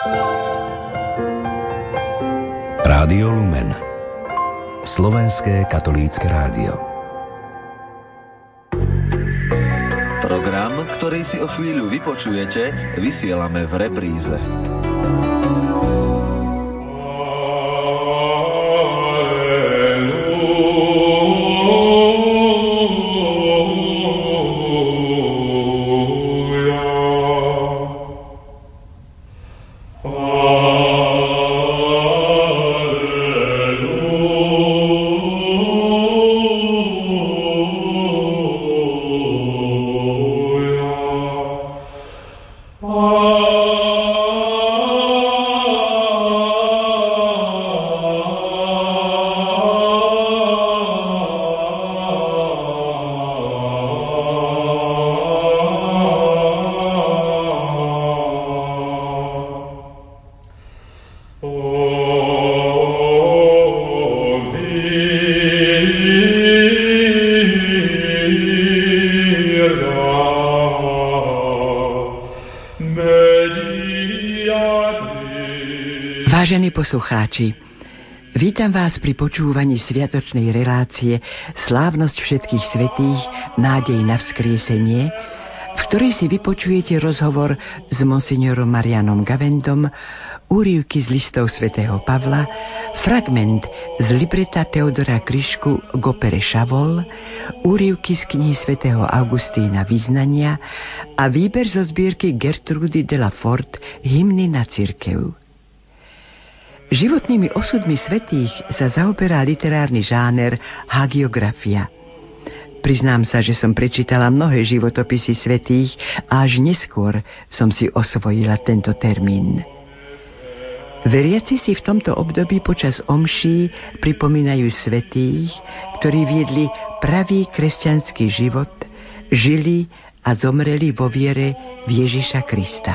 Rádio Lumen, slovenské katolícke rádio. Program, ktorý si o chvíľu vypočujete, vysielame v repríze. Vážení poslucháči, vítam vás pri počúvaní sviatočnej relácie Slávnosť všetkých svätých, nádej na vzkriesenie, v ktorej si vypočujete rozhovor s monsignorom Marianom Gavendom, úryvky z listov svätého Pavla, fragment z libreta Teodora Kryšku k opere Šavol, úryvky z knihy svätého Augustína Vyznania a výber zo zbierky Gertrudy de la Fort Hymny na cirkev. Životnými osudmi svätých sa zaoberá literárny žáner hagiografia. Priznám sa, že som prečítala mnohé životopisy svätých a až neskôr som si osvojila tento termín. Veriaci si v tomto období počas omší pripomínajú svätých, ktorí viedli pravý kresťanský život, žili a zomreli vo viere v Ježiša Krista.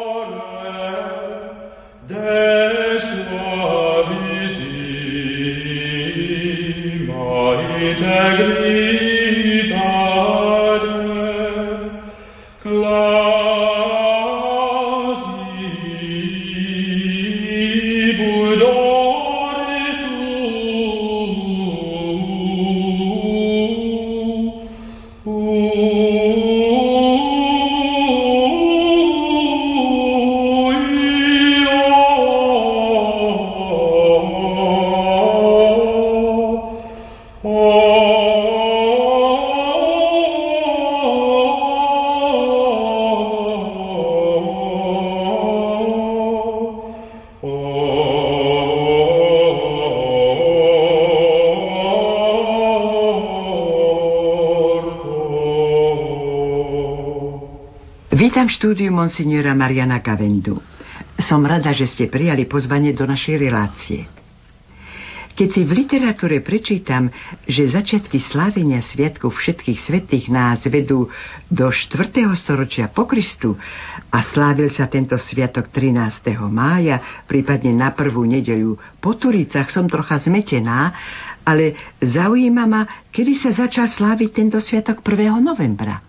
Vítam v štúdiu monsignora Mariana Gavendu. Som rada, že ste prijali pozvanie do našej relácie. Keď si v literatúre prečítam, že začiatky slávenia sviatkov všetkých svätých nás vedú do 4. storočia po Kristu a slávil sa tento sviatok 13. mája, prípadne na prvú nedeľu po Turicách, som trocha zmetená, ale zaujíma ma, kedy sa začal sláviť tento sviatok 1. novembra.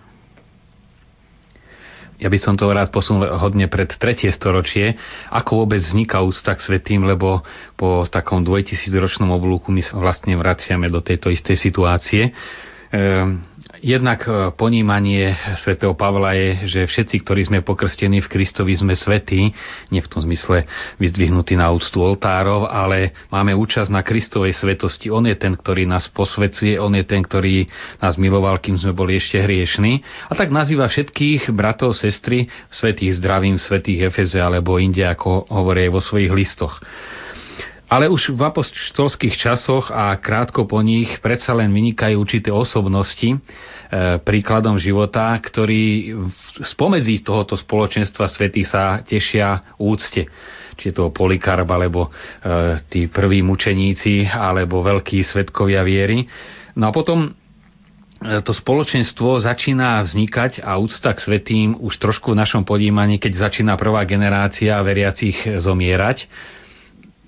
Ja by som to rád posunul hodne pred 3. storočie, ako vôbec vzniká úcta k svätým, lebo po takom 2000-ročnom oblúku my vlastne vraciame do tejto istej situácie. Jednak ponímanie svätého Pavla je, že všetci, ktorí sme pokrstení v Kristovi, sme svätí, nie v tom zmysle vyzdvihnutí na úctu oltárov, ale máme účasť na Kristovej svetosti. On je ten, ktorý nás posvecuje, on je ten, ktorý nás miloval, kým sme boli ešte hriešni. A tak nazýva všetkých bratov, sestry svätých zdravím, svätých Efeze alebo inde, ako hovorí aj vo svojich listoch. Ale už v apoštolských časoch a krátko po nich predsa len vynikajú určité osobnosti príkladom života, ktorí spomedzi tohoto spoločenstva svätých sa tešia úcte. Či je to Polikarp, alebo tí prví mučeníci, alebo veľkí svedkovia viery. No a potom to spoločenstvo začína vznikať a úcta k svätým už trošku v našom podímaní, keď začína prvá generácia veriacich zomierať.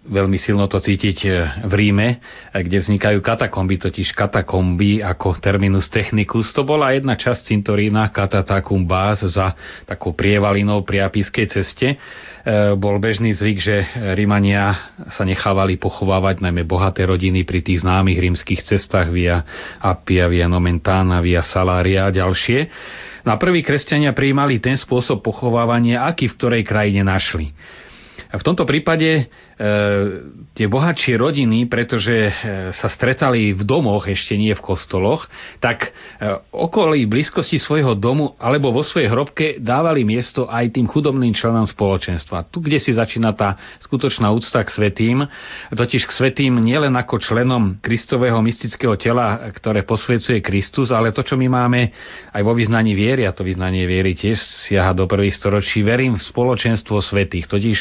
veľmi silno to cítiť v Ríme, kde vznikajú katakomby, totiž katakomby ako terminus technicus. To bola jedna časť cintorína Catatacumbas za takou prievalinou pri Apískej ceste. Bol bežný zvyk, že Rimania sa nechávali pochovávať najmä bohaté rodiny pri tých známych rímskych cestách via Appia, via Nomentana, via Salaria a ďalšie. No a prví kresťania prijímali ten spôsob pochovávania, aký v ktorej krajine našli. V tomto prípade tie bohatšie rodiny, pretože sa stretali v domoch, ešte nie v kostoloch, tak okolí blízkosti svojho domu alebo vo svojej hrobke dávali miesto aj tým chudobným členom spoločenstva. Tu, kde si začína tá skutočná úcta k svätým, totiž k svätým nielen ako členom Kristového mystického tela, ktoré posväcuje Kristus, ale to, čo my máme aj vo vyznaní viery, a to vyznanie viery tiež siaha do prvých storočí, verím v spoločenstvo svätých. Totiž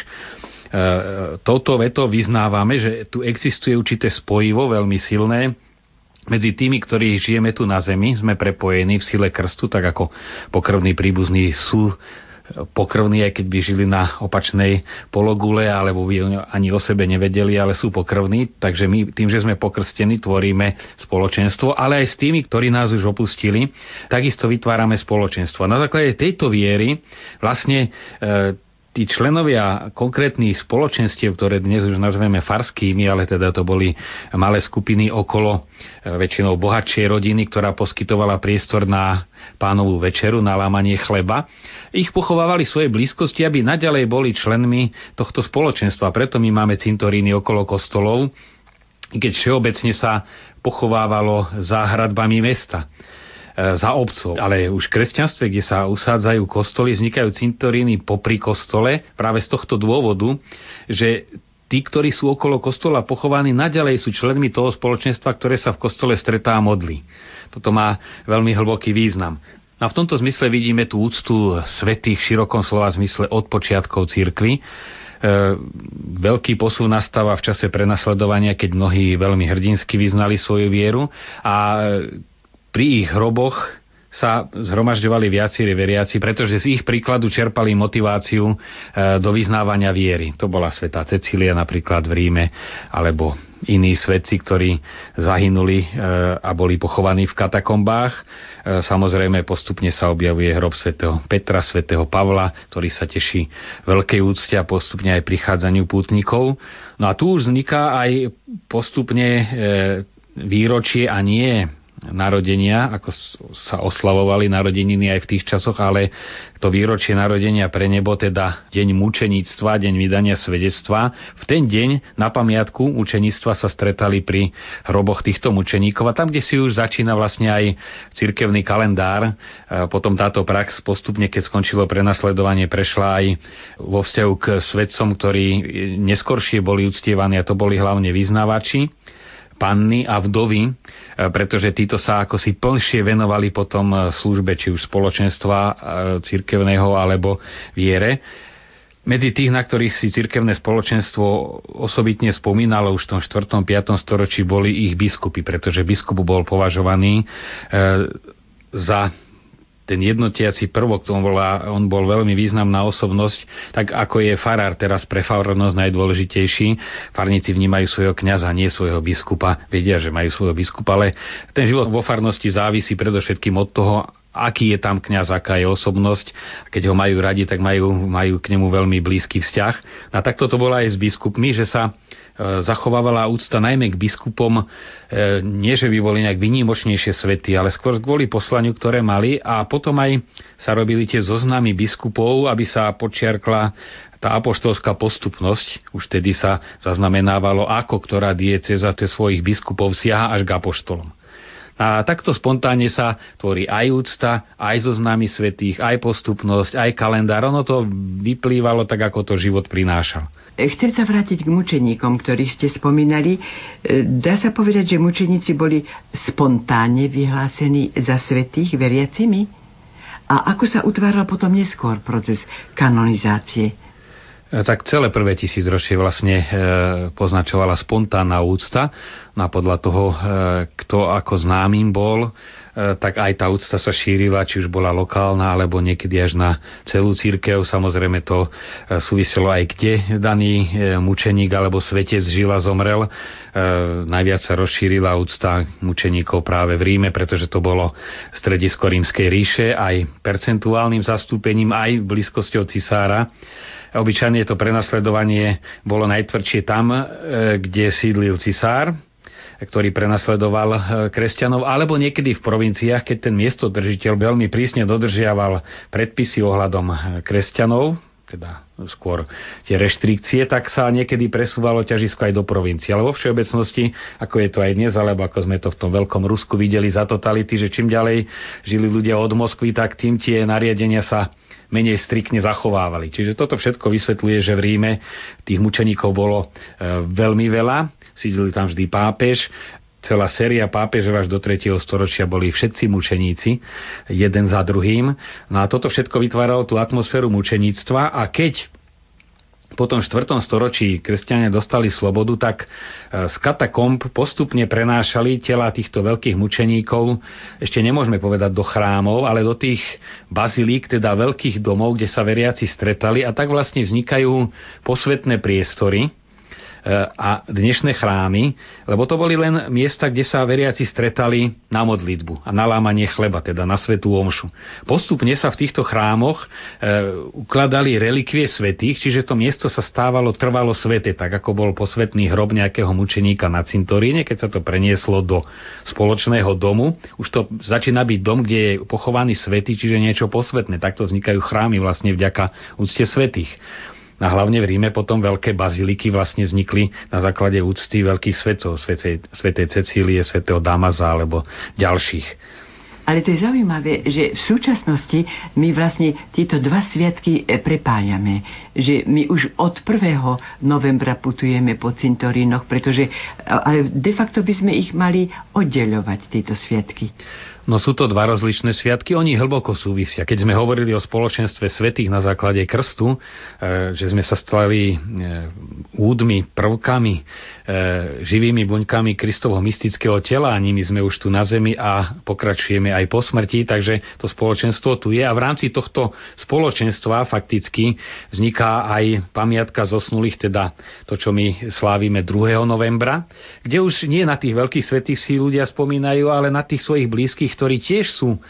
touto vetou vyznávame, že tu existuje určité spojivo veľmi silné medzi tými, ktorí žijeme tu na zemi, sme prepojení v sile krstu, tak ako pokrvní príbuzní sú pokrvní, aj keď by žili na opačnej pologule, alebo by ani o sebe nevedeli, ale sú pokrvní, takže my tým, že sme pokrstení, tvoríme spoločenstvo, ale aj s tými, ktorí nás už opustili, takisto vytvárame spoločenstvo. Na základe tejto viery vlastne tí členovia konkrétnych spoločenstiev, ktoré dnes už nazveme farskými, ale teda to boli malé skupiny okolo väčšinou bohatšej rodiny, ktorá poskytovala priestor na pánovú večeru, na lámanie chleba, ich pochovávali v svojej blízkosti, aby naďalej boli členmi tohto spoločenstva. Preto my máme cintoríny okolo kostolov, keď všeobecne sa pochovávalo za hradbami mesta, za obcov. Ale už v kresťanstve, kde sa usádzajú kostoly, vznikajú cintoríny popri kostole práve z tohto dôvodu, že tí, ktorí sú okolo kostola pochovaní, naďalej sú členmi toho spoločenstva, ktoré sa v kostole stretá a modlí. Toto má veľmi hlboký význam. A v tomto zmysle vidíme tú úctu svätých v širokom slova zmysle od počiatkov cirkvi. Veľký posun nastáva v čase prenasledovania, keď mnohí veľmi hrdinsky vyznali svoju vieru a pri ich hroboch sa zhromažďovali viacieri veriaci, pretože z ich príkladu čerpali motiváciu do vyznávania viery. To bola svätá Cecília napríklad v Ríme, alebo iní svätci, ktorí zahynuli a boli pochovaní v katakombách. Samozrejme postupne sa objavuje hrob svätého Petra, svätého Pavla, ktorý sa teší veľkej úcte a postupne aj prichádzaniu pútnikov. No a tu už vzniká aj postupne výročie a nie narodenia, ako sa oslavovali narodeniny aj v tých časoch, ale to výročie narodenia pre nebo, teda deň mučeníctva, deň vydania svedectva. V ten deň na pamiatku mučeníctva sa stretali pri hroboch týchto mučeníkov a tam, kde si už začína vlastne aj cirkevný kalendár, potom táto prax postupne, keď skončilo prenasledovanie, prešla aj vo vzťahu k svedcom, ktorí neskoršie boli uctievaní, a to boli hlavne vyznávači, panny a vdovy, pretože títo sa ako si plnšie venovali potom službe či už spoločenstva cirkevného alebo viere. Medzi tých, na ktorých si cirkevné spoločenstvo osobitne spomínalo už v tom 4. 5. storočí, boli ich biskupy, pretože biskup bol považovaný za ten jednotiaci prvok, on bol veľmi významná osobnosť, tak ako je farár teraz pre farnosť najdôležitejší. Farníci vnímajú svojho kňaza, nie svojho biskupa, vedia, že majú svojho biskupa, ale ten život vo farnosti závisí predovšetkým od toho, aký je tam kňaz, aká je osobnosť. Keď ho majú radi, tak majú k nemu veľmi blízky vzťah. A takto to bolo aj s biskupmi, že sa zachovávala úcta najmä k biskupom, nie že by boli nejak výnimočnejšie svety, ale skôr kvôli poslaniu, ktoré mali, a potom aj sa robili tie zoznamy biskupov, aby sa podčiarkla tá apoštolská postupnosť. Už tedy sa zaznamenávalo, ako ktorá diecéza svojich biskupov siaha až k apoštolom. A takto spontánne sa tvorí aj úcta, aj zoznamy svätých, aj postupnosť, aj kalendár. Ono to vyplývalo tak, ako to život prinášal. Chcem sa vrátiť k mučeníkom, ktorých ste spomínali. Dá sa povedať, že mučeníci boli spontánne vyhlásení za svätých veriacimi? A ako sa utváral potom neskôr proces kanonizácie? Tak celé prvé tisícročie vlastne poznačovala spontánna úcta. No a podľa toho, kto ako známym bol, tak aj tá úcta sa šírila, či už bola lokálna, alebo niekedy až na celú cirkev. Samozrejme to súviselo aj kde daný mučeník alebo svetec žil a zomrel. Najviac sa rozšírila úcta mučeníkov práve v Ríme, pretože to bolo stredisko Rímskej ríše, aj percentuálnym zastúpením, aj blízkosťou cisára. Obyčajne to prenasledovanie bolo najtvrdšie tam, kde sídlil cisár, ktorý prenasledoval kresťanov, alebo niekedy v provinciách, keď ten miestodržiteľ veľmi prísne dodržiaval predpisy ohľadom kresťanov, teda skôr tie reštrikcie, tak sa niekedy presúvalo ťažisko aj do provincie. Ale vo všeobecnosti, ako je to aj dnes, alebo ako sme to v tom veľkom Rusku videli za totality, že čím ďalej žili ľudia od Moskvy, tak tým tie nariadenia sa menej striktne zachovávali. Čiže toto všetko vysvetľuje, že v Ríme tých mučeníkov bolo veľmi veľa. Sídlili tam vždy pápež. Celá séria pápežov až do 3. storočia boli všetci mučeníci, jeden za druhým. No a toto všetko vytváralo tú atmosféru mučeníctva a keď po tom 4. storočí kresťania dostali slobodu, tak z katakomb postupne prenášali tela týchto veľkých mučeníkov, ešte nemôžeme povedať do chrámov, ale do tých bazilík, teda veľkých domov, kde sa veriaci stretali a tak vlastne vznikajú posvätné priestory a dnešné chrámy, lebo to boli len miesta, kde sa veriaci stretali na modlitbu a na lámanie chleba, teda na svätú omšu. Postupne sa v týchto chrámoch ukladali relikvie svätých, čiže to miesto sa stávalo trvalo sväté, tak ako bol posvätný hrob nejakého mučeníka na cintoríne, keď sa to prenieslo do spoločného domu. Už to začína byť dom, kde je pochovaný svätý, čiže niečo posvätné. Takto vznikajú chrámy vlastne vďaka úcte svätých. A hlavne v Ríme potom veľké baziliky vlastne vznikli na základe úcty veľkých svätcov, svätej Cecílie, svätého Damaza alebo ďalších. Ale to je zaujímavé, že v súčasnosti my vlastne tieto dva sviatky prepájame. Že my už od 1. novembra putujeme po cintorínoch, pretože ale de facto by sme ich mali oddeľovať, tieto sviatky. No sú to dva rozličné sviatky, oni hlboko súvisia. Keď sme hovorili o spoločenstve svätých na základe krstu, že sme sa stali údmi, prvkami, živými buňkami Kristovho mystického tela, a nimi sme už tu na zemi a pokračujeme aj po smrti, takže to spoločenstvo tu je a v rámci tohto spoločenstva fakticky vzniká aj pamiatka zosnulých, teda to, čo my slávime 2. novembra, kde už nie na tých veľkých svätých si ľudia spomínajú, ale na tých svojich blízkych, ktorí tiež sú,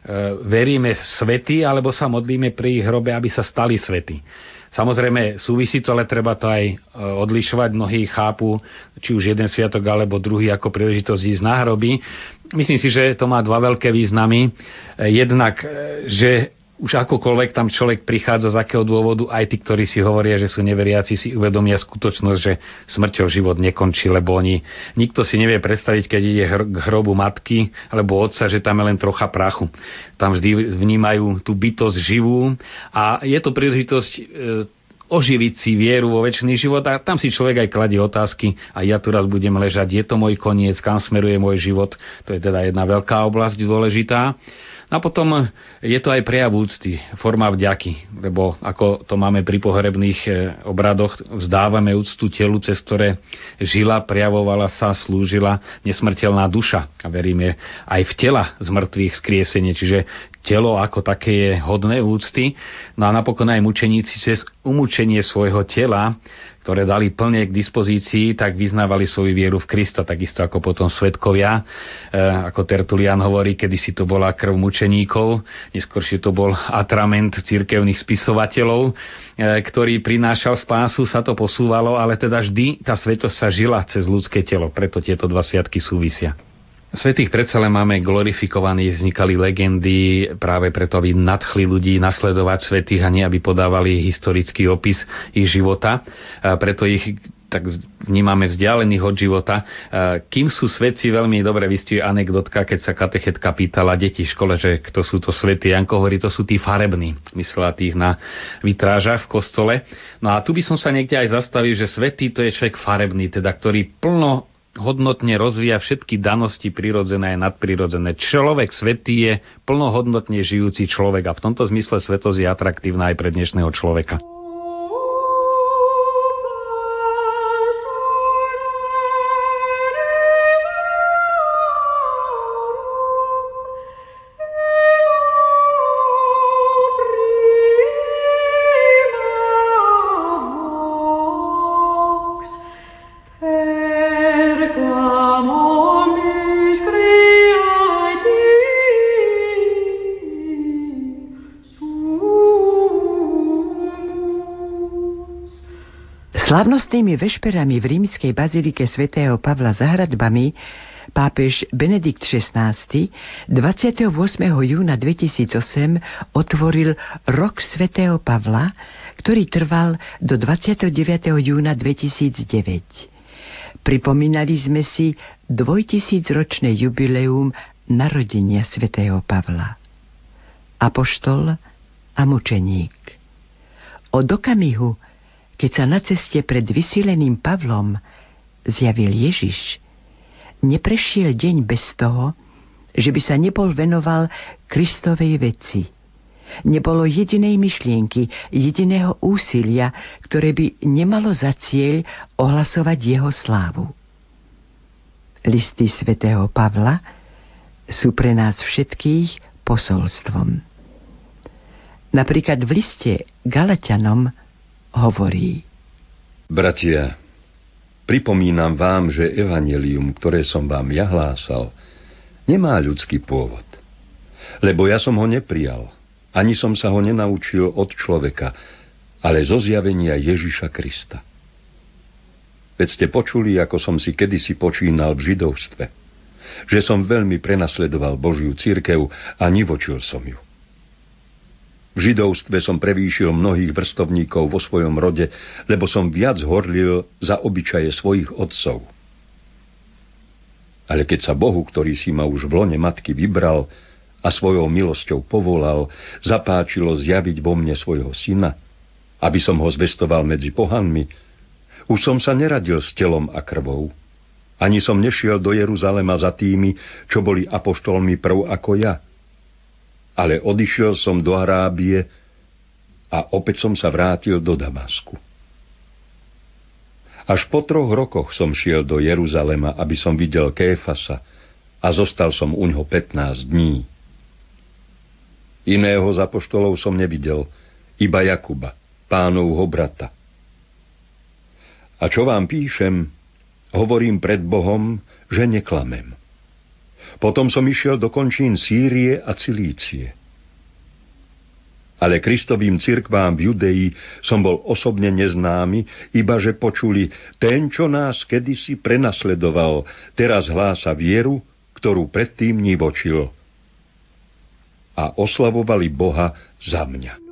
veríme, svätí, alebo sa modlíme pri ich hrobe, aby sa stali svätí. Samozrejme súvisí to, ale treba to aj odlišovať. Mnohí chápu, či už jeden sviatok alebo druhý ako príležitosť ísť na hroby. Myslím si, že to má dva veľké významy. Jednak, že už akokoľvek tam človek prichádza, z akého dôvodu, aj tí, ktorí si hovoria, že sú neveriaci, si uvedomia skutočnosť, že smrťou život nekončí, lebo nikto si nevie predstaviť, keď ide k hrobu matky alebo otca, že tam je len trocha prachu. Tam vždy vnímajú tú bytosť živú a je to príležitosť oživiť si vieru vo večný život a tam si človek aj kladie otázky a ja tu raz budem ležať, je to môj koniec, kam smeruje môj život, to je teda jedna veľká oblasť dôležitá. A potom je to aj prejav úcty, forma vďaky, lebo ako to máme pri pohrebných obradoch, vzdávame úctu telu, cez ktoré žila, prejavovala sa, slúžila nesmrteľná duša. A veríme aj v tela z mŕtvych skriesenie, čiže telo ako také je hodné úcty. No a napokon aj mučeníci cez umúčenie svojho tela, ktoré dali plne k dispozícii, tak vyznávali svoju vieru v Krista, takisto ako potom svedkovia. Ako Tertulian hovorí, kedysi to bola krv mučeníkov, neskôršie to bol atrament cirkevných spisovateľov, ktorý prinášal spásu, sa to posúvalo, ale teda vždy tá svätosť sa žila cez ľudské telo, preto tieto dva sviatky súvisia. Svätých predsa len máme glorifikovaní, vznikali legendy práve preto, aby nadchli ľudí nasledovať svätých a nie aby podávali historický opis ich života. Preto ich tak vnímame vzdialených od života. Kým sú svätci, veľmi dobre vystihuje anekdotka, keď sa katechetka pýtala deti v škole, že kto sú to svätí. Janko hovorí, to sú tí farební. Myslela tých na vitrážach v kostole. No a tu by som sa niekde aj zastavil, že svätý to je človek farebný, teda ktorý plnohodnotne rozvíja všetky danosti prirodzené a nadprirodzené. Človek svätý je plnohodnotne žijúci človek a v tomto zmysle svätosť je atraktívna aj pre dnešného človeka. Slávnostnými vešperami v rímskej bazilike svätého Pavla za hradbami pápež Benedikt XVI 28. júna 2008 otvoril Rok svätého Pavla, ktorý trval do 29. júna 2009. Pripomínali sme si 2000-ročné jubileum narodenia svätého Pavla. Apoštol a mučeník. Od okamihu, keď sa na ceste pred vysileným Pavlom zjavil Ježiš, neprešiel deň bez toho, že by sa nebol venoval Kristovej veci. Nebolo jedinej myšlienky, jediného úsilia, ktoré by nemalo za cieľ ohlasovať jeho slávu. Listy svätého Pavla sú pre nás všetkých posolstvom. Napríklad v liste Galatianom hovorí: Bratia, pripomínam vám, že evanjelium, ktoré som vám ja hlásal, nemá ľudský pôvod. Lebo ja som ho neprijal, ani som sa ho nenaučil od človeka, ale zo zjavenia Ježiša Krista. Veď ste počuli, ako som si kedysi počínal v židovstve, že som veľmi prenasledoval Božiu cirkev a nivočil som ju. V židovstve som prevýšil mnohých vrstovníkov vo svojom rode, lebo som viac horlil za obyčaje svojich otcov. Ale keď sa Bohu, ktorý si ma už v lone matky vybral a svojou milosťou povolal, zapáčilo zjaviť vo mne svojho syna, aby som ho zvestoval medzi pohanmi, už som sa neradil s telom a krvou, ani som nešiel do Jeruzalema za tými, čo boli apoštolmi prv ako ja, ale odišiel som do Arábie a opäť som sa vrátil do Damasku. Až po 3 rokoch som šiel do Jeruzalema, aby som videl Kéfasa a zostal som uňho 15 dní. Iného z apoštolov som nevidel, iba Jakuba, Pánovho brata. A čo vám píšem, hovorím pred Bohom, že neklamem. Potom som išiel do končín Sýrie a Cilície. Ale Kristovým cirkvám v Judei som bol osobne neznámy, iba že počuli, ten, čo nás kedysi prenasledoval, teraz hlása vieru, ktorú predtým nivočil. A oslavovali Boha za mňa.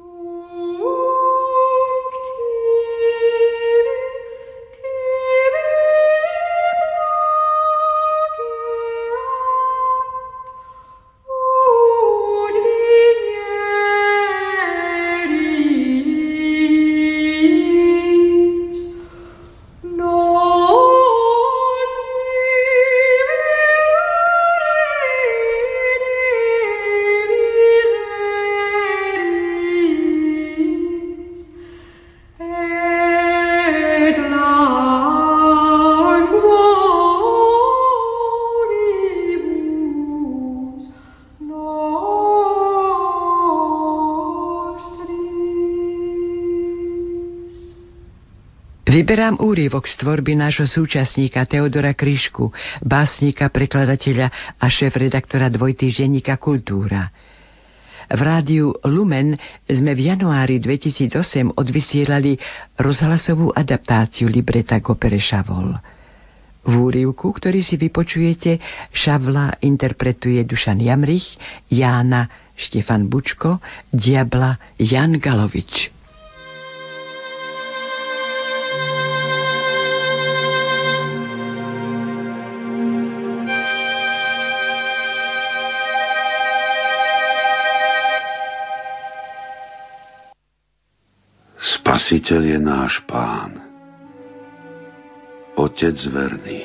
Vyberám úryvok z tvorby nášho súčasníka Teodora Kryšku, básnika, prekladateľa a šéf-redaktora dvojtýždenníka Kultúra. V rádiu Lumen sme v januári 2008 odvysielali rozhlasovú adaptáciu libreta k opere Šavol. V úryvku, ktorý si vypočujete, Šavla interpretuje Dušan Jamrich, Jána Štefan Bučko, Diabla Jan Galovič. Spasiteľ je náš Pán, Otec verný,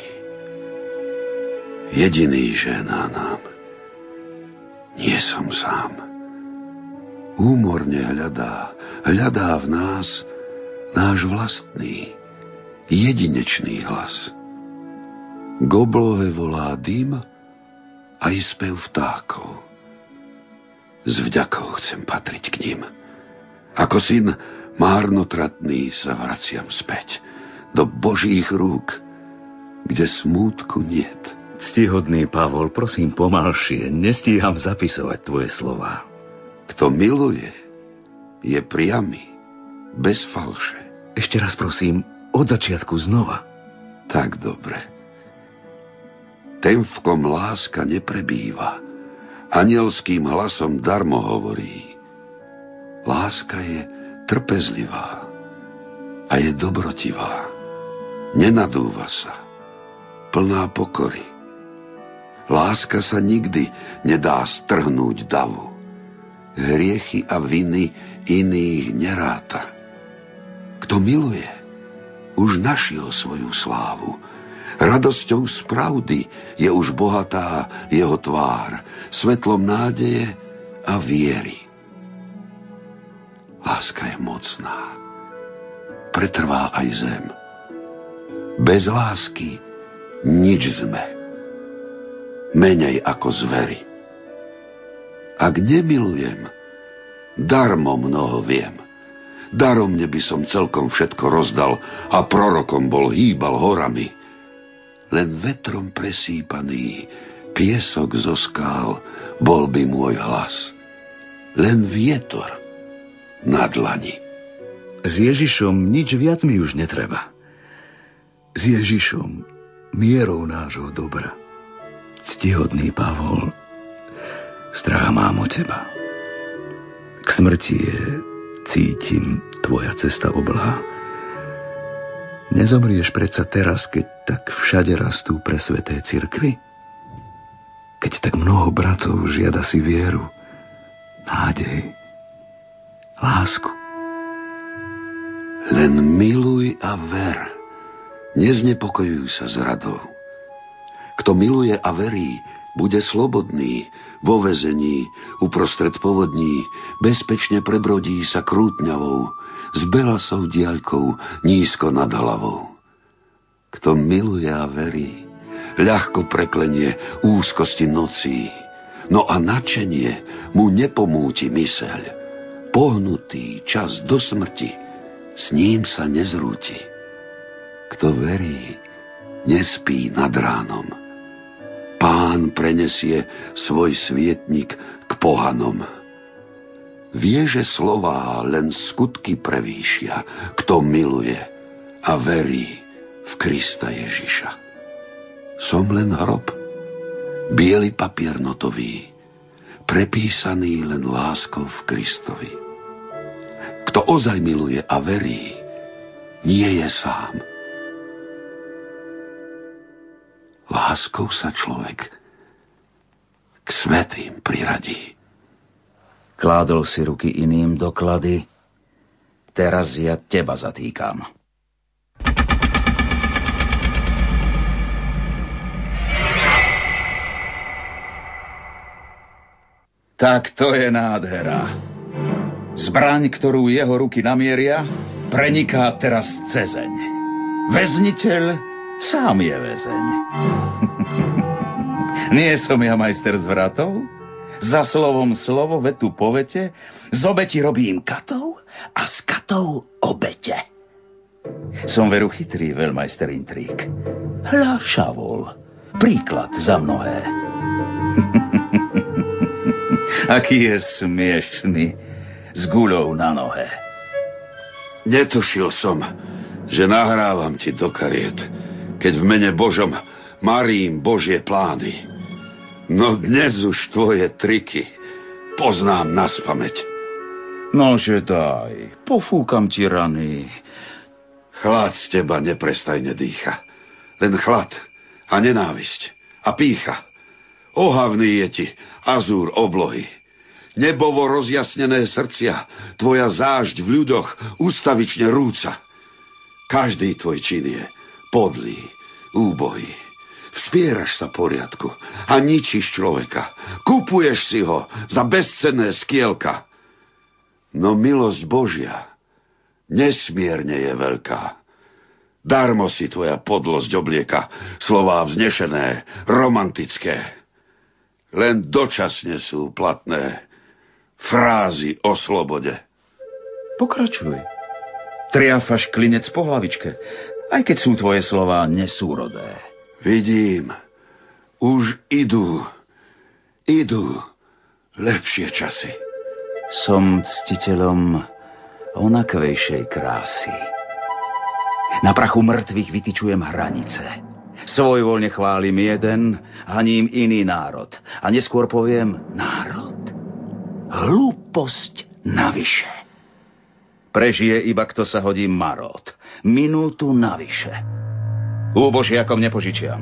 jediný žehná nám. Nie som sám. Úmorne hľadá v nás náš vlastný, jedinečný hlas. K oblove volá dym a i spev vtákov. S vďakou chcem patriť k nim. Ako syn márnotratný sa vraciam späť do Božích rúk, kde smútku niet. Ctihodný Pavol, prosím pomalšie, nestíham zapisovať tvoje slová. Kto miluje, je priamy, bez falše. Ešte raz prosím, od začiatku znova. Tak dobre. Ten, v kom láska neprebýva, anielským hlasom darmo hovorí. Láska je trpezlivá a je dobrotivá. Nenadúva sa, plná pokory. Láska sa nikdy nedá strhnúť davu. Hriechy a viny iných neráta. Kto miluje, už našiel svoju slávu. Radosťou z pravdy je už bohatá jeho tvár, svetlom nádeje a viery. Láska je mocná, pretrvá aj zem. Bez lásky nič sme, menej ako zvery. Ak nemilujem, darmo mnoho viem. Daromne by som celkom všetko rozdal a prorokom bol hýbal horami. Len vetrom presýpaný piesok zo skál bol by môj hlas. Len vietor na dlani. S Ježišom nič viac mi už netreba. S Ježišom, mierou nášho dobra. Ctihodný Pavol, strach mám o teba. K smrti cítim tvoja cesta oblha. Nezomrieš predsa teraz, keď tak všade rastú presveté cirkvi? Keď tak mnoho bratov žiada si vieru, nádej, lásku. Len miluj a ver, neznepokojuj sa zradou. Kto miluje a verí, bude slobodný, vo väzení, uprostred povodní, bezpečne prebrodí sa krútňavou, s belasou diaľkou nízko nad hlavou. Kto miluje a verí, ľahko preklenie úzkosti nocí, no a nadšenie mu nepomúti myseľ. Pohnutý čas do smrti, s ním sa nezrúti. Kto verí, nespí nad ránom. Pán prenesie svoj svietnik k pohanom. Vie, že slová len skutky prevýšia, kto miluje a verí v Krista Ježiša. Som len hrob, biely papier notový, prepísaný len láskou v Kristovi. Kto ozaj miluje a verí, nie je sám. Láskou sa človek k svätým priradí. Kládol si ruky iným doklady, teraz ja teba zatýkam. Tak to je nádhera. Zbraň, ktorú jeho ruky namieria, preniká teraz cezeň. Väzniteľ sám je väzeň. Nie som ja majster zvratov? Za slovom slovo, vetu po vete, z obeti robím katov a z katov obete. Som veru chytrý veľmajster intrík. Hľa Šavol, príklad za mnohé. Aký je smiešný, s guľou na nohe. Netušil som, že nahrávam ti do kariet, keď v mene Božom marím Božie plány. No dnes už tvoje triky poznám naspamäť. Nože daj, pofúkam ti rany. Chlad z teba neprestajne dýcha. Len chlad a nenávisť a pýcha. Ohavný je ti azúr oblohy. Nebovo rozjasnené srdcia, tvoja zážď v ľudoch ustavične rúca. Každý tvoj čin je podlý, úbohý. Vspieraš sa poriadku a ničíš človeka. Kupuješ si ho za bezcenné skielka. No milosť Božia nesmierne je veľká. Darmo si tvoja podlosť oblieka slová vznešené, romantické. Len dočasne sú platné frázy o slobode. Pokračuj. Triafaš klinec po hlavičke, aj keď sú tvoje slová nesúrodé. Vidím, už idú lepšie časy. Som ctiteľom onakvejšej krásy. Na prachu mŕtvych vytyčujem hranice. Svojvoľne chválim jeden, haním iný národ. A neskôr poviem národ. Hlúposť navyše. Prežije iba, kto sa hodí marot. Minútu navyše. Úbožiakom nepožičiam.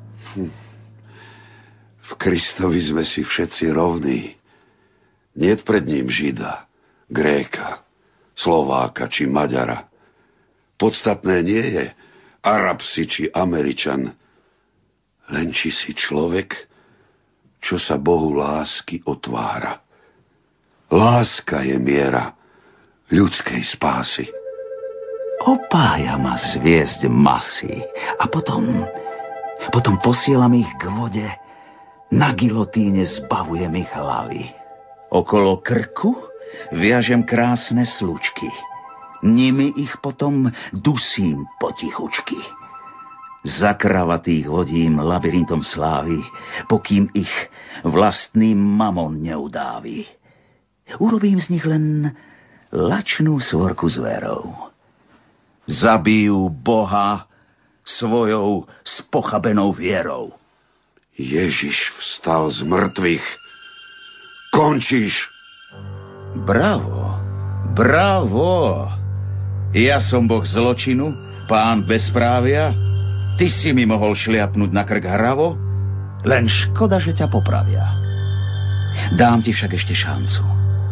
V Kristovi sme si všetci rovní. Niet pred ním Žida, Gréka, Slováka či Maďara. Podstatné nie je Arab si či Američan, len či si človek, čo sa Bohu lásky otvára. Láska je miera ľudskej spásy. Opája ma zviesť masy a potom posielam ich k vode, na gilotíne zbavujem ich hlavy. Okolo krku viažem krásne slučky. Nimi ich potom dusím potichučky. Zakravatých vodím labyrintom slávy, pokým ich vlastný mamon neudávi. Urobím z nich len lačnú svorku zverov. Zabijú Boha svojou spochabenou vierou. Ježiš vstal z mŕtvych. Končíš. Bravo, bravo. Ja som boh zločinu, pán bezprávia. Ty si mi mohol šliapnúť na krk hravo, len škoda, že ťa popravia. Dám ti však ešte šancu.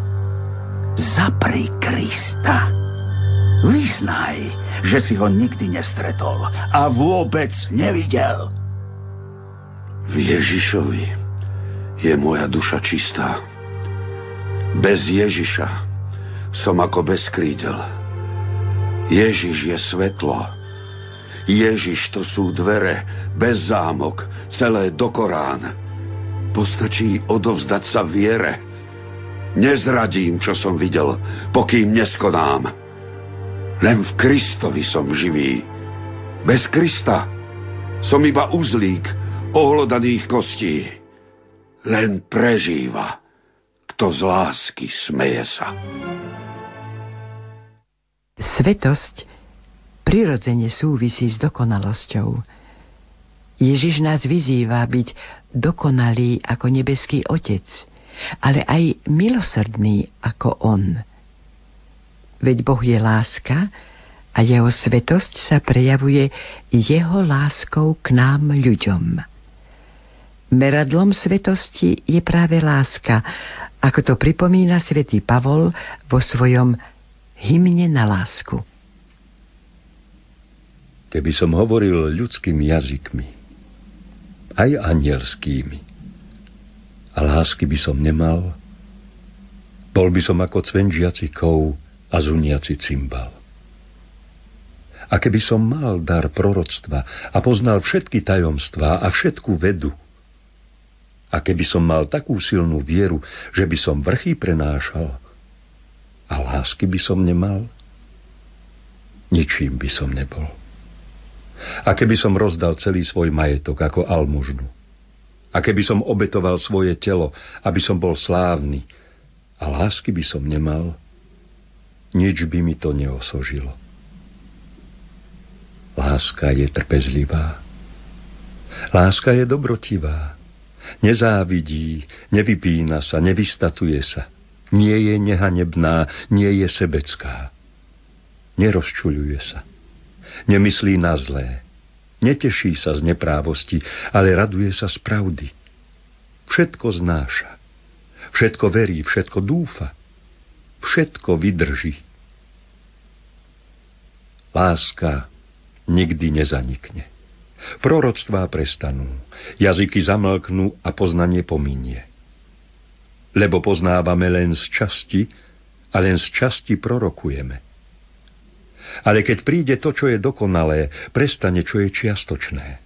Zapri Krista. Vyznaj, že si ho nikdy nestretol a vôbec nevidel. V Ježišovi je moja duša čistá. Bez Ježiša som ako bez krídel. Ježiš je svetlo. Ježiš to sú dvere, bez zámok, celé do Korán. Postačí odovzdať sa viere. Nezradím, čo som videl, pokým neskonám. Len v Kristovi som živý. Bez Krista som iba uzlík ohlodaných kostí. Len prežíva, kto z lásky smeje sa. Svetosť prirodzene súvisí s dokonalosťou. Ježiš nás vyzýva byť dokonalý ako nebeský Otec, ale aj milosrdný ako On. Veď Boh je láska a jeho svetosť sa prejavuje jeho láskou k nám ľuďom. Meradlom svetosti je práve láska, ako to pripomína svätý Pavol vo svojom hymne na lásku. Keby som hovoril ľudskými jazykmi, aj anielskými, a lásky by som nemal, bol by som ako cvenžiaci kov a zuniaci cymbal. A keby som mal dar proroctva a poznal všetky tajomstvá a všetku vedu, a keby som mal takú silnú vieru, že by som vrchy prenášal, a lásky by som nemal, ničím by som nebol. A keby som rozdal celý svoj majetok ako almužnu, a keby som obetoval svoje telo, aby som bol slávny, a lásky by som nemal, nič by mi to neosožilo. Láska je trpezlivá. Láska je dobrotivá. Nezávidí, nevypína sa, nevystatuje sa. Nie je nehanebná, nie je sebecká. Nerozčuľuje sa. Nemyslí na zlé. Neteší sa z neprávosti, ale raduje sa z pravdy. Všetko znáša. Všetko verí, všetko dúfa. Všetko vydrží. Láska nikdy nezanikne. Proroctvá prestanú, jazyky zamlknú a poznanie pominie. Lebo poznávame len z časti a len z časti prorokujeme. Ale keď príde to, čo je dokonalé, prestane, čo je čiastočné.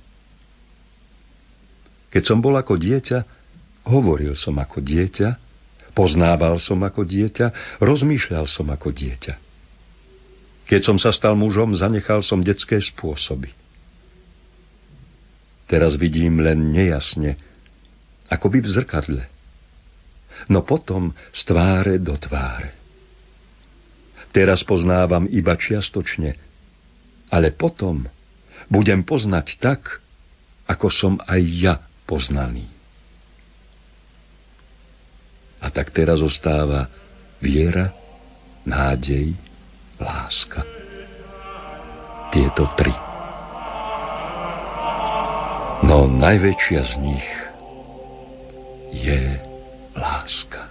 Keď som bol ako dieťa, hovoril som ako dieťa, poznával som ako dieťa, rozmýšľal som ako dieťa. Keď som sa stal mužom, zanechal som detské spôsoby. Teraz vidím len nejasne, akoby v zrkadle. No potom z tváre do tváre. Teraz poznávam iba čiastočne, ale potom budem poznať tak, ako som aj ja poznaný. A tak teraz ostáva viera, nádej, láska. Tieto tri. No najväčšia z nich je láska.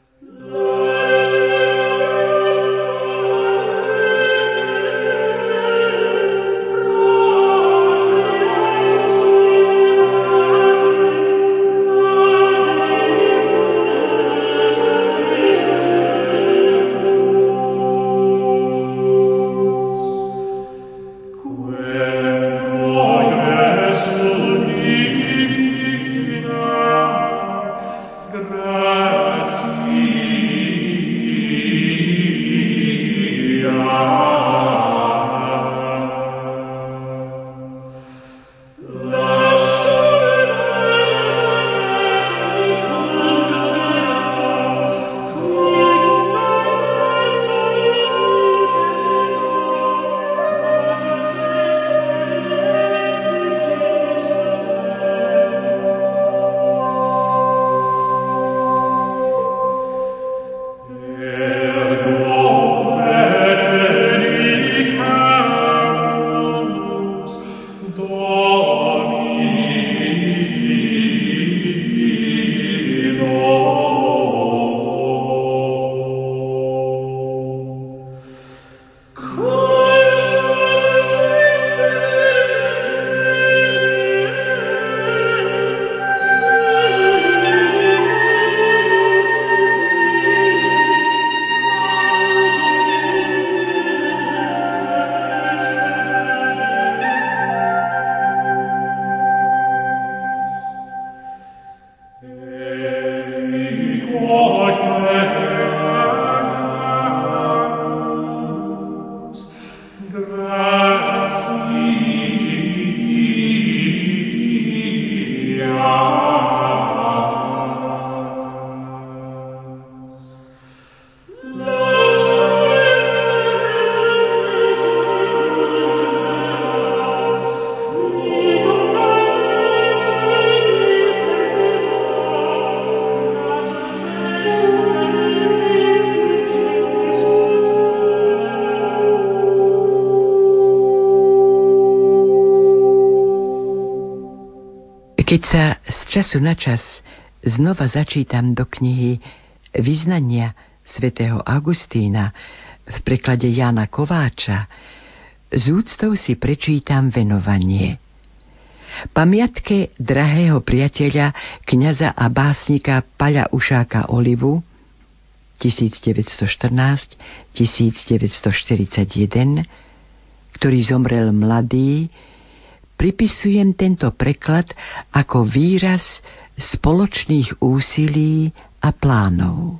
Keď sa z času na čas znova začítam do knihy Vyznania svätého Augustína v preklade Jána Kováča, z úctou si prečítam venovanie. Pamiatke drahého priateľa, kňaza a básnika Paľa Ušáka Olivu 1914-1941, ktorý zomrel mladý, pripisujem tento preklad ako výraz spoločných úsilí a plánov.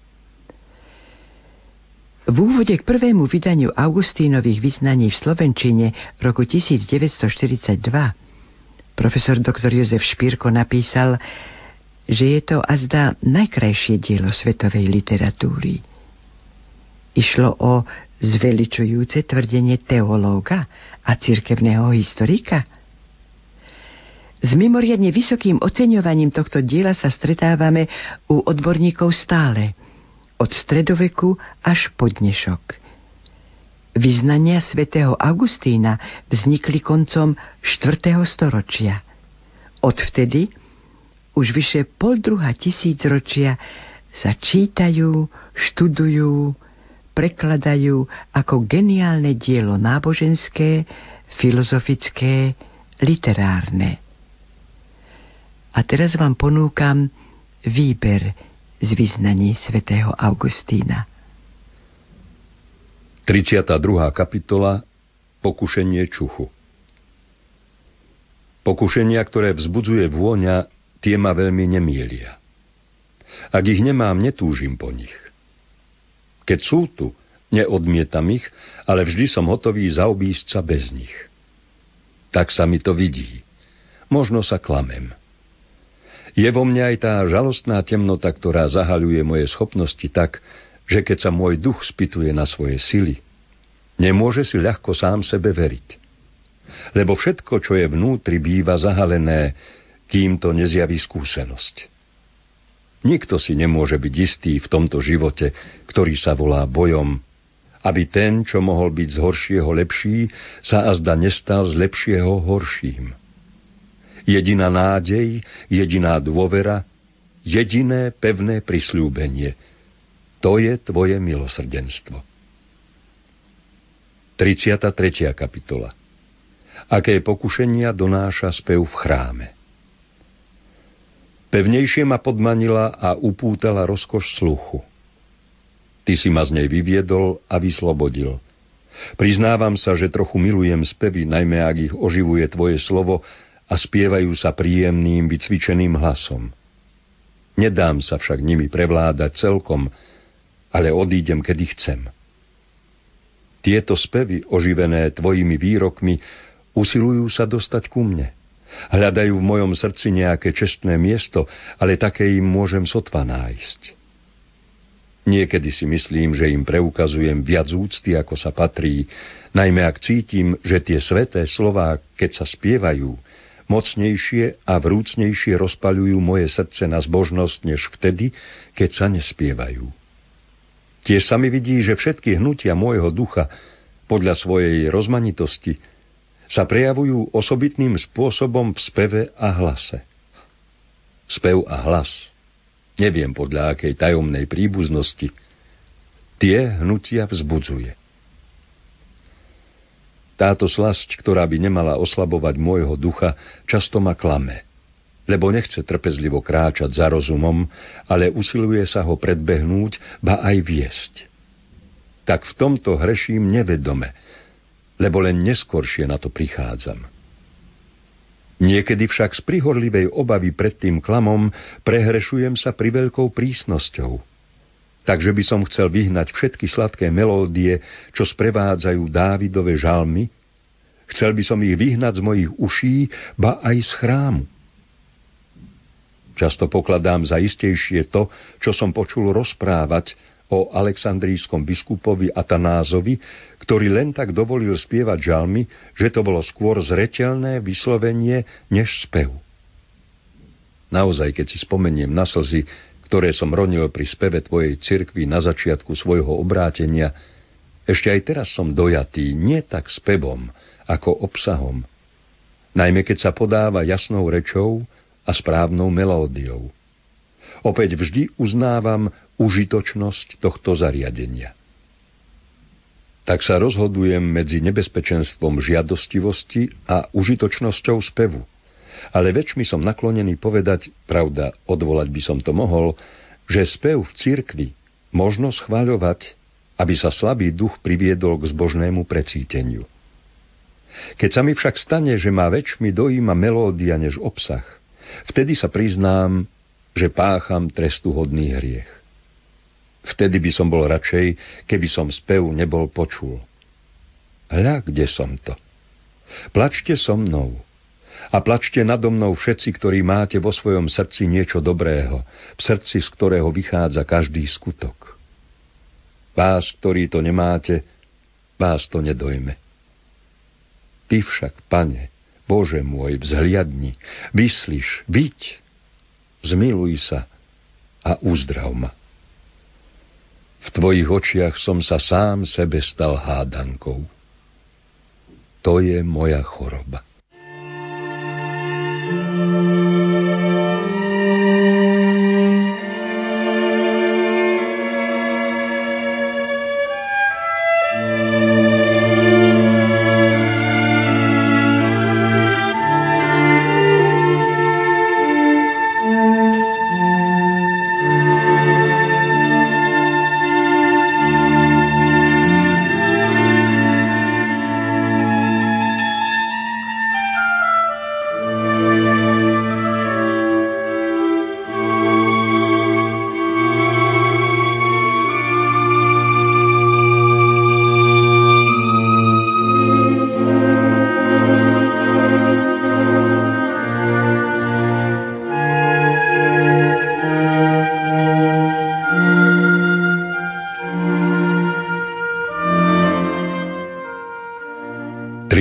V úvode k prvému vydaniu Augustínových vyznaní v slovenčine roku 1942 profesor dr. Jozef Špírko napísal, že je to azda najkrajšie dielo svetovej literatúry. Išlo o zveličujúce tvrdenie teológa a cirkevného historika. S mimoriadne vysokým oceňovaním tohto diela sa stretávame u odborníkov stále, od stredoveku až po dnešok. Vyznania svätého Augustína vznikli koncom 4. storočia. Odvtedy už vyše 500 ročia sa čítajú, študujú, prekladajú ako geniálne dielo náboženské, filozofické, literárne. A teraz vám ponúkam výber z vyznaní svätého Augustína. 32. kapitola Pokušenie čuchu. Pokušenia, ktoré vzbudzuje vôňa, tie ma veľmi nemielia. Ak ich nemám, netúžim po nich. Keď sú tu, neodmietam ich, ale vždy som hotový zaobísť sa bez nich. Tak sa mi to vidí. Možno sa klamem. Je vo mne aj tá žalostná temnota, ktorá zahaľuje moje schopnosti tak, že keď sa môj duch spytuje na svoje sily, Nemôže si ľahko sám sebe veriť. Lebo všetko, čo je vnútri, býva zahalené, kým to nezjaví skúsenosť. Nikto si nemôže byť istý v tomto živote, ktorý sa volá bojom, aby ten, čo mohol byť z horšieho lepší, sa azda nestal z lepšieho horším. Jediná nádej, jediná dôvera, jediné pevné prisľúbenie, to je tvoje milosrdenstvo. 33. kapitola. Aké pokušenia donáša spev v chráme. Pevnejšie ma podmanila a upútala rozkoš sluchu. Ty si ma z nej vyviedol a vyslobodil. Priznávam sa, že trochu milujem spevy, najmä ak ich oživuje tvoje slovo a spievajú sa príjemným, vycvičeným hlasom. Nedám sa však nimi prevládať celkom, ale odídem, kedy chcem. Tieto spevy, oživené tvojimi výrokmi, usilujú sa dostať ku mne. Hľadajú v mojom srdci nejaké čestné miesto, ale také im môžem sotva nájsť. Niekedy si myslím, že im preukazujem viac úcty, ako sa patrí, najmä ak cítim, že tie sväté slová, keď sa spievajú, mocnejšie a vrúcnejšie rozpaľujú moje srdce na zbožnosť, než vtedy, keď sa nespievajú. Tiež sa mi vidí, že všetky hnutia môjho ducha, podľa svojej rozmanitosti, sa prejavujú osobitným spôsobom v speve a hlase. Spev a hlas, neviem podľa akej tajomnej príbuznosti, tie hnutia vzbudzuje. Táto slasť, ktorá by nemala oslabovať môjho ducha, často ma klame, lebo nechce trpezlivo kráčať za rozumom, ale usiluje sa ho predbehnúť, ba aj viesť. Tak v tomto hreším nevedome, lebo len neskoršie na to prichádzam. Niekedy však z prihorlivej obavy pred tým klamom prehrešujem sa priveľkou prísnosťou. Takže by som chcel vyhnať všetky sladké melódie, čo sprevádzajú Dávidove žalmy. Chcel by som ich vyhnať z mojich uší, ba aj z chrámu. Často pokladám za istejšie to, čo som počul rozprávať o alexandrijskom biskupovi Atanázovi, ktorý len tak dovolil spievať žalmy, že to bolo skôr zreteľné vyslovenie než spev. Naozaj, keď si spomeniem na slzy, ktoré som ronil pri speve tvojej cirkvi na začiatku svojho obrátenia, ešte aj teraz som dojatý nie tak spevom, ako obsahom, najmä keď sa podáva jasnou rečou a správnou melódiou. Opäť vždy uznávam užitočnosť tohto zariadenia. Tak sa rozhodujem medzi nebezpečenstvom žiadostivosti a užitočnosťou spevu. Ale väčšmi som naklonený povedať, pravda, odvolať by som to mohol, že spev v cirkvi možno schváľovať, aby sa slabý duch priviedol k zbožnému precíteniu. Keď sa mi však stane, že ma väčšmi dojíma melódia než obsah, vtedy sa priznám, že pácham trestuhodný hriech. Vtedy by som bol radšej, keby som spev nebol počul. Hľa, kde som to? Plačte so mnou. A plačte nado mnou všetci, ktorí máte vo svojom srdci niečo dobrého, v srdci, z ktorého vychádza každý skutok. Vás, ktorí to nemáte, vás to nedojme. Ty však, Pane, Bože môj, vzhliadni, vyslíš, viď, zmiluj sa a uzdrav ma. V tvojich očiach som sa sám sebe stal hádankou. To je moja choroba.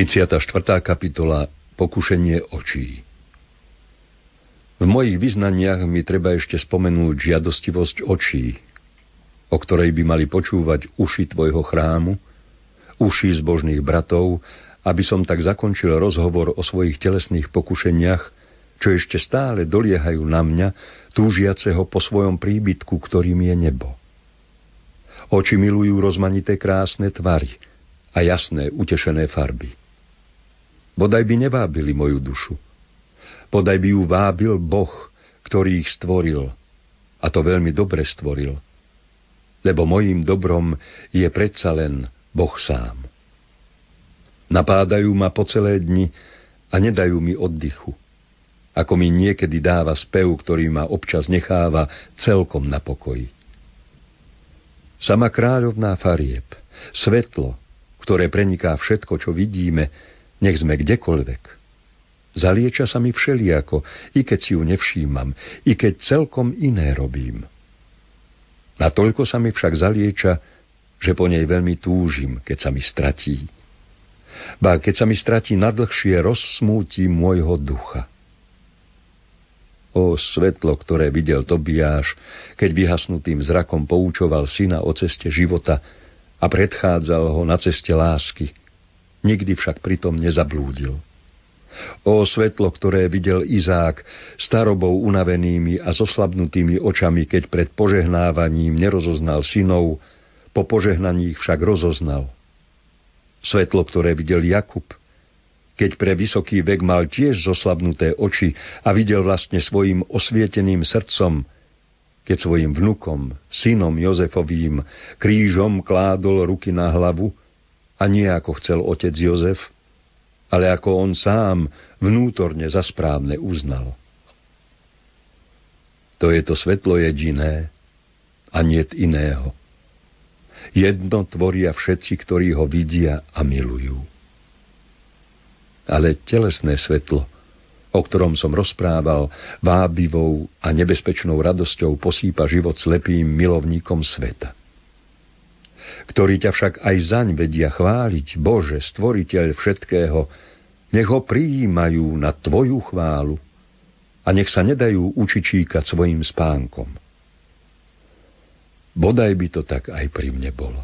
34. kapitola Pokušenie očí. V mojich vyznaniach mi treba ešte spomenúť žiadostivosť očí, o ktorej by mali počúvať uši tvojho chrámu, uši zbožných bratov, aby som tak zakončil rozhovor o svojich telesných pokušeniach, čo ešte stále doliehajú na mňa, túžiaceho po svojom príbytku, ktorým je nebo. Oči milujú rozmanité krásne tvary a jasné utešené farby. Bodaj by nevábili moju dušu. Bodaj by ju vábil Boh, ktorý ich stvoril, a to veľmi dobre stvoril, lebo mojím dobrom je predsa len Boh sám. Napádajú ma po celé dni a nedajú mi oddychu, ako mi niekedy dáva spev, ktorý ma občas necháva celkom na pokoji. Sama kráľovná farieb, svetlo, ktoré preniká všetko, čo vidíme, nech sme kdekoľvek. Zalieča sa mi všelijako, i keď si ju nevšímam, i keď celkom iné robím. Natoľko sa mi však zalieča, že po nej veľmi túžim, keď sa mi stratí. Ba keď sa mi stratí nadlhšie, rozsmúti môjho ducha. O svetlo, ktoré videl Tobiáš, keď vyhasnutým zrakom poučoval syna o ceste života a predchádzal ho na ceste lásky, nikdy však pritom nezablúdil. O svetlo, ktoré videl Izák starobou unavenými a zoslabnutými očami, keď pred požehnávaním nerozoznal synov, po požehnaní ich však rozoznal. Svetlo, ktoré videl Jakub, keď pre vysoký vek mal tiež zoslabnuté oči a videl vlastne svojim osvieteným srdcom, keď svojim vnukom, synom Jozefovým, krížom kládol ruky na hlavu, a nie ako chcel otec Jozef, ale ako on sám vnútorne za správne uznal. To je to svetlo jediné a niet iného. Jedno tvoria všetci, ktorí ho vidia a milujú. Ale telesné svetlo, o ktorom som rozprával, vábivou a nebezpečnou radosťou posýpa život slepým milovníkom sveta, ktorí ťa však aj zaň vedia chváliť, Bože, stvoriteľ všetkého, nech ho prijímajú na tvoju chválu a nech sa nedajú učičíkať svojim spánkom. Bodaj by to tak aj pri mne bolo.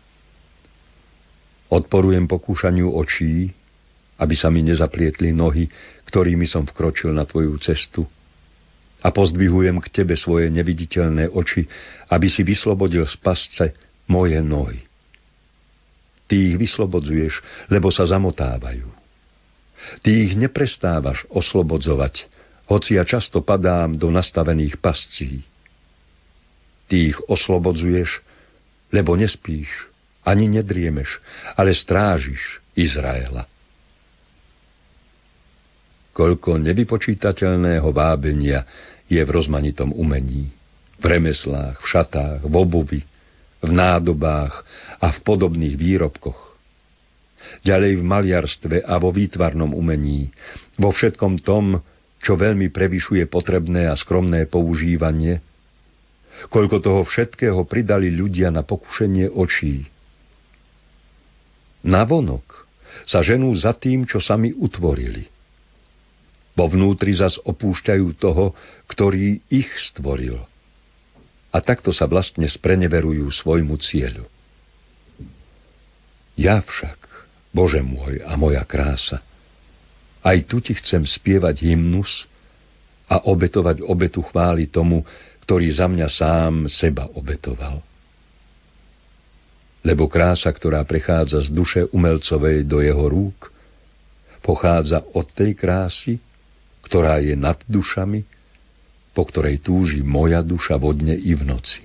Odporujem pokúšaniu očí, aby sa mi nezaplietli nohy, ktorými som vkročil na tvoju cestu, a pozdvihujem k tebe svoje neviditeľné oči, aby si vyslobodil z pasce moje nohy. Ty ich vyslobodzuješ, lebo sa zamotávajú. Ty ich neprestávaš oslobodzovať, hoci ja často padám do nastavených pascí. Ty ich oslobodzuješ, lebo nespíš, ani nedriemeš, ale strážiš Izraela. Koľko nevypočítateľného vábenia je v rozmanitom umení, v remeslách, v šatách, v obuvi, v nádobách a v podobných výrobkoch. Ďalej v maliarstve a vo výtvarnom umení, vo všetkom tom, čo veľmi prevyšuje potrebné a skromné používanie, koľko toho všetkého pridali ľudia na pokušenie očí. Navonok sa ženú za tým, čo sami utvorili. Vo vnútri zas opúšťajú toho, ktorý ich stvoril. A takto sa vlastne spreneverujú svojmu cieľu. Ja však, Bože môj a moja krása, aj tu ti chcem spievať hymnus a obetovať obetu chvály tomu, ktorý za mňa sám seba obetoval. Lebo krása, ktorá prechádza z duše umelcovej do jeho rúk, pochádza od tej krásy, ktorá je nad dušami, po ktorej túži moja duša vo dne i v noci.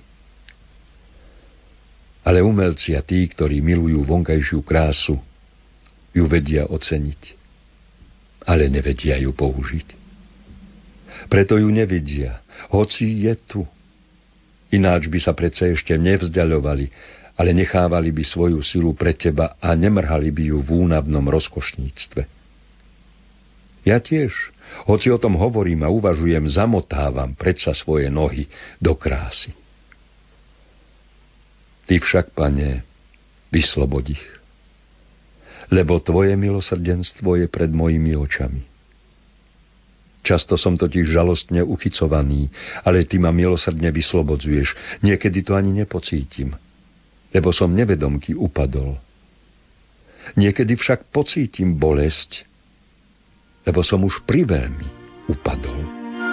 Ale umelci a tí, ktorí milujú vonkajšiu krásu, ju vedia oceniť, ale nevedia ju použiť. Preto ju nevidia, hoci je tu. Ináč by sa predsa ešte nevzdiaľovali, ale nechávali by svoju silu pre teba a nemrhali by ju v únavnom rozkošníctve. Ja tiež, hoci o tom hovorím a uvažujem, zamotávam predsa svoje nohy do krásy. Ty však, Pane, vyslobod ich. lebo tvoje milosrdenstvo je pred mojimi očami. Často som totiž žalostne uchycovaný, ale ty ma milosrdne vyslobodzuješ. Niekedy to ani nepocítim, lebo som nevedomky upadol. Niekedy však pocítim bolesť, lebo som už priveľmi upadol.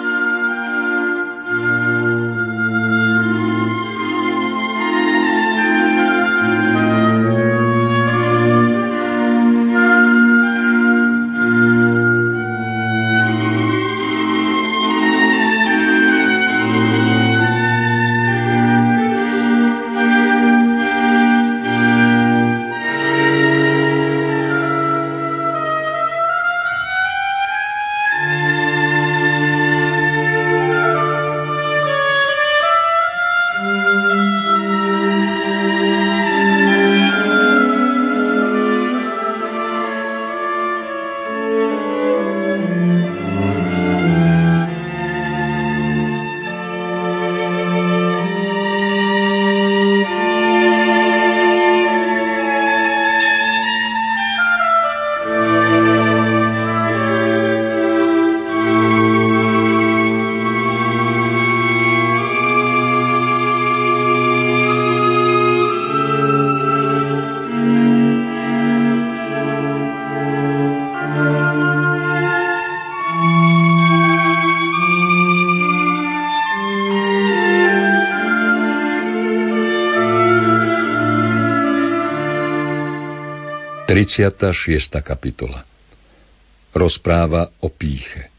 Šiesta kapitola. Rozpráva o pýche.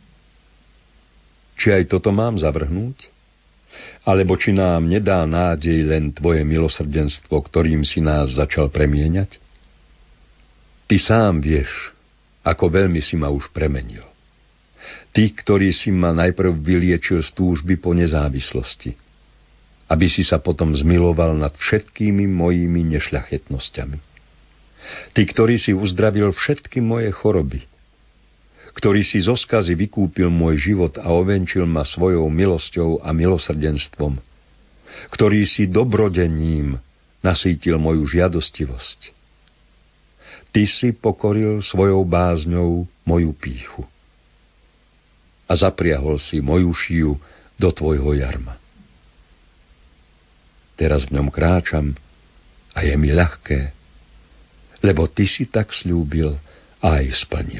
Či aj toto mám zavrhnúť? Alebo či nám nedá nádej len tvoje milosrdenstvo, ktorým si nás začal premieňať? Ty sám vieš, ako veľmi si ma už premenil. Ty, ktorý si ma najprv vyliečil z túžby po nezávislosti, aby si sa potom zmiloval nad všetkými mojimi nešľachetnosťami. Ty, ktorý si uzdravil všetky moje choroby, ktorý si zo skazy vykúpil môj život a ovenčil ma svojou milosťou a milosrdenstvom, ktorý si dobrodenním nasýtil moju žiadostivosť. Ty si pokoril svojou bázňou moju pýchu a zapriahol si moju šiju do tvojho jarma. Teraz v ňom kráčam a je mi ľahké, lebo ty si tak sľúbil a aj splnil.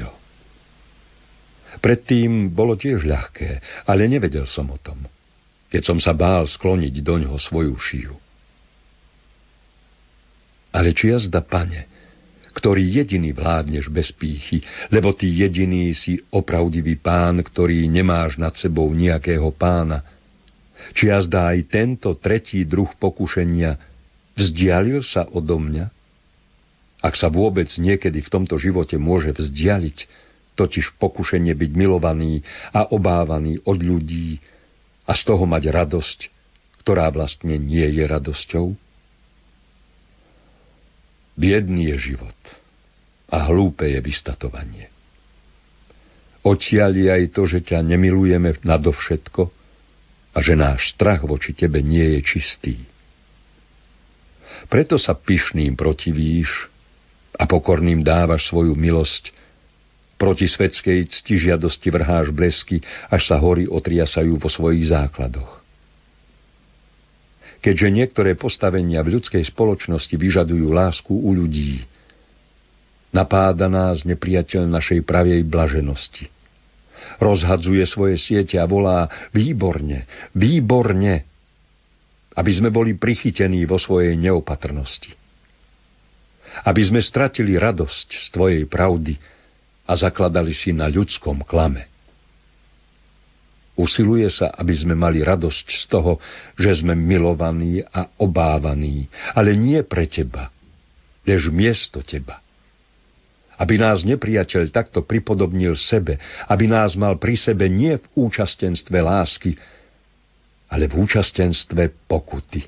Predtým bolo tiež ľahké, ale nevedel som o tom, keď som sa bál skloniť doňho svoju šiju. Ale či jazda, Pane, ktorý jediný vládneš bez pýchy, lebo ty jediný si opravdivý Pán, ktorý nemáš nad sebou nejakého pána, či jazda aj tento tretí druh pokušenia vzdialil sa odo mňa? Ak sa vôbec niekedy v tomto živote môže vzdialiť, totiž pokušenie byť milovaný a obávaný od ľudí a z toho mať radosť, ktorá vlastne nie je radosťou? Biedný je život a hlúpe je vystatovanie. Odtiaľ je aj to, že ťa nemilujeme nadovšetko a že náš strach voči tebe nie je čistý. Preto sa pyšným protivíš a pokorným dávaš svoju milosť, proti svetskej ctižiadosti vrháš blesky, až sa hory otriasajú vo svojich základoch. Keďže niektoré postavenia v ľudskej spoločnosti vyžadujú lásku u ľudí, napáda nás nepriateľ našej pravej blaženosti. Rozhadzuje svoje siete a volá: výborne, výborne, aby sme boli prichytení vo svojej neopatrnosti. Aby sme stratili radosť z tvojej pravdy a zakladali si na ľudskom klame. Usiluje sa, aby sme mali radosť z toho, že sme milovaní a obávaní, ale nie pre teba, lež miesto teba. Aby nás nepriateľ takto pripodobnil sebe, aby nás mal pri sebe nie v účastenstve lásky, ale v účastenstve pokuty.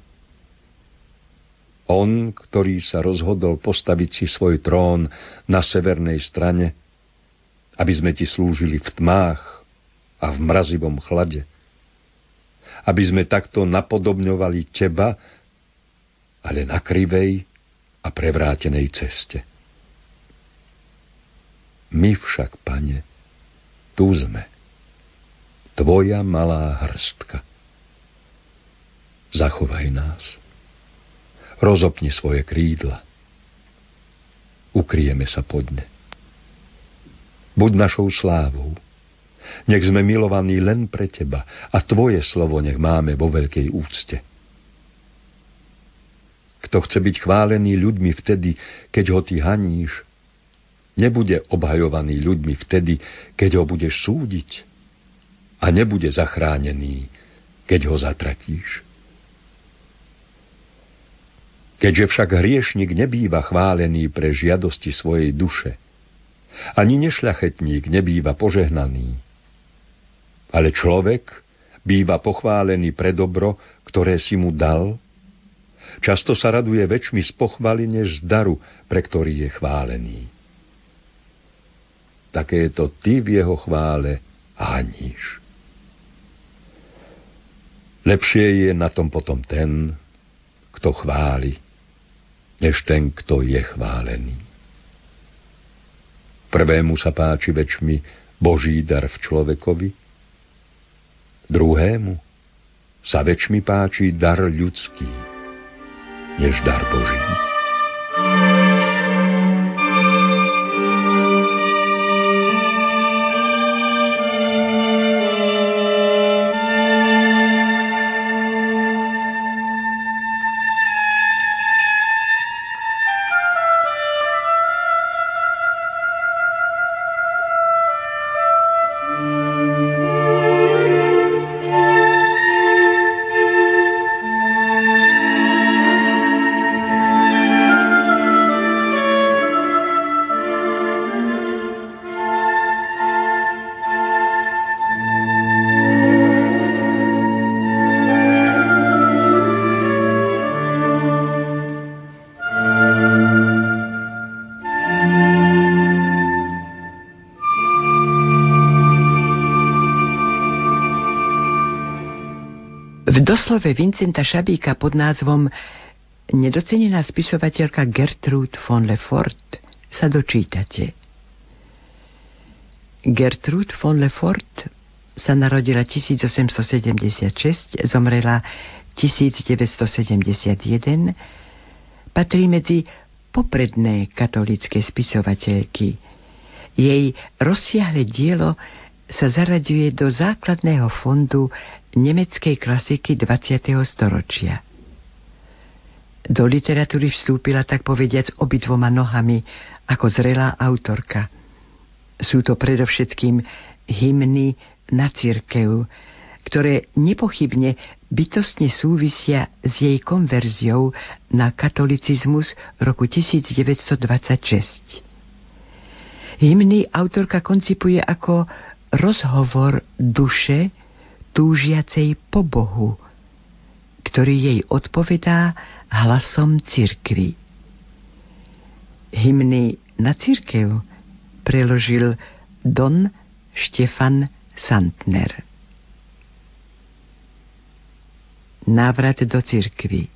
On, ktorý sa rozhodol postaviť si svoj trón na severnej strane, aby sme ti slúžili v tmách a v mrazivom chlade. Aby sme takto napodobňovali teba, ale na krivej a prevrátenej ceste. My však, Pane, tu sme. Tvoja malá hrstka. Zachovaj nás. Rozopni svoje krídla. Ukryjeme sa pod ne. Buď našou slávou. Nech sme milovaní len pre Teba a Tvoje slovo nech máme vo veľkej úcte. Kto chce byť chválený ľuďmi vtedy, keď ho Ty haníš, nebude obhajovaný ľuďmi vtedy, keď ho budeš súdiť, a nebude zachránený, keď ho zatratíš. Keďže však hriešnik nebýva chválený pre žiadosti svojej duše, ani nešľachetník nebýva požehnaný, ale človek býva pochválený pre dobro, ktoré si mu dal, často sa raduje väčšmi z pochvaly než z daru, pre ktorý je chválený. Takéto ty v jeho chvále haníš. Lepšie je na tom potom ten, kto chváli, než ten, kto je chválený. Prvému sa páči väčšmi Boží dar v človekovi, druhému sa väčšmi páči dar ľudský, než dar Boží. V doslove Vincenta Šabíka pod názvom Nedocenená spisovateľka Gertrude von Lefort sa dočítate. Gertrude von Lefort sa narodila 1876, zomrela 1971, patrí medzi popredné katolícke spisovateľky. Jej rozsiahle dielo sa zaraďuje do základného fondu nemeckej klasiky 20. storočia. Do literatúry vstúpila, tak povediac, obidvoma nohami ako zrelá autorka. Sú to predovšetkým hymny na cirkev, ktoré nepochybne bytostne súvisia s jej konverziou na katolicizmus roku 1926. Hymny autorka koncipuje ako rozhovor duše túžiacej po Bohu, ktorý jej odpovedá hlasom cirkvi. Hymny na cirkev preložil Don Štefan Santner. Návrat do cirkvi.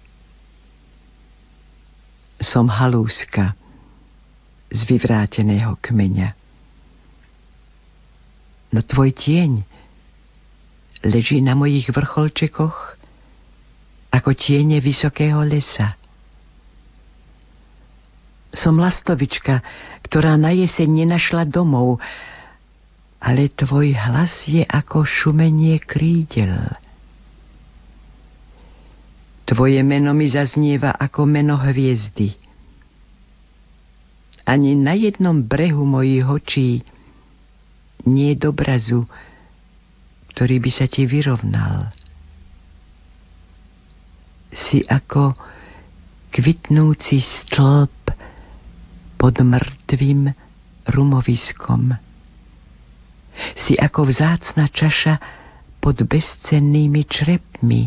Som halúska z vyvráteného kmeňa. No tvoj tieň leží na mojich vrcholčekoch ako tiene vysokého lesa. Som lastovička, ktorá na jeseň nenašla domov, ale tvoj hlas je ako šumenie krídel. Tvoje meno mi zaznieva ako meno hviezdy. Ani na jednom brehu mojich očí nie je obrazu, ktorý by sa ti vyrovnal. Si ako kvitnúci stĺp pod mŕtvým rumoviskom. Si ako vzácna čaša pod bezcennými črepmi.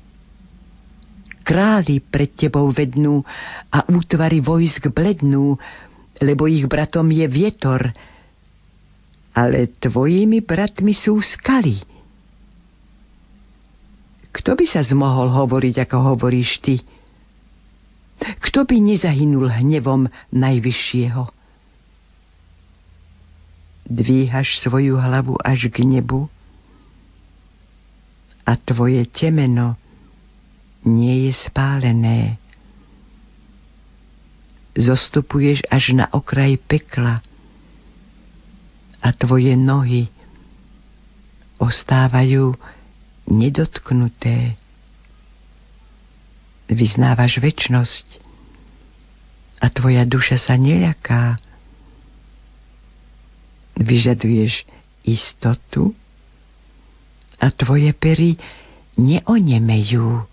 Králi pred tebou vednú a útvary vojsk blednú, lebo ich bratom je vietor, ale tvojimi bratmi sú skaly. Kto by sa zmohol hovoriť, ako hovoríš ty? Kto by nezahynul hnevom Najvyššieho? Dvíhaš svoju hlavu až k nebu a tvoje temeno nie je spálené. Zostupuješ až na okraj pekla a tvoje nohy ostávajú nedotknuté. Vyznávaš večnosť a tvoja duša sa neľaká. Vyžaduješ istotu a tvoje pery neonemejú.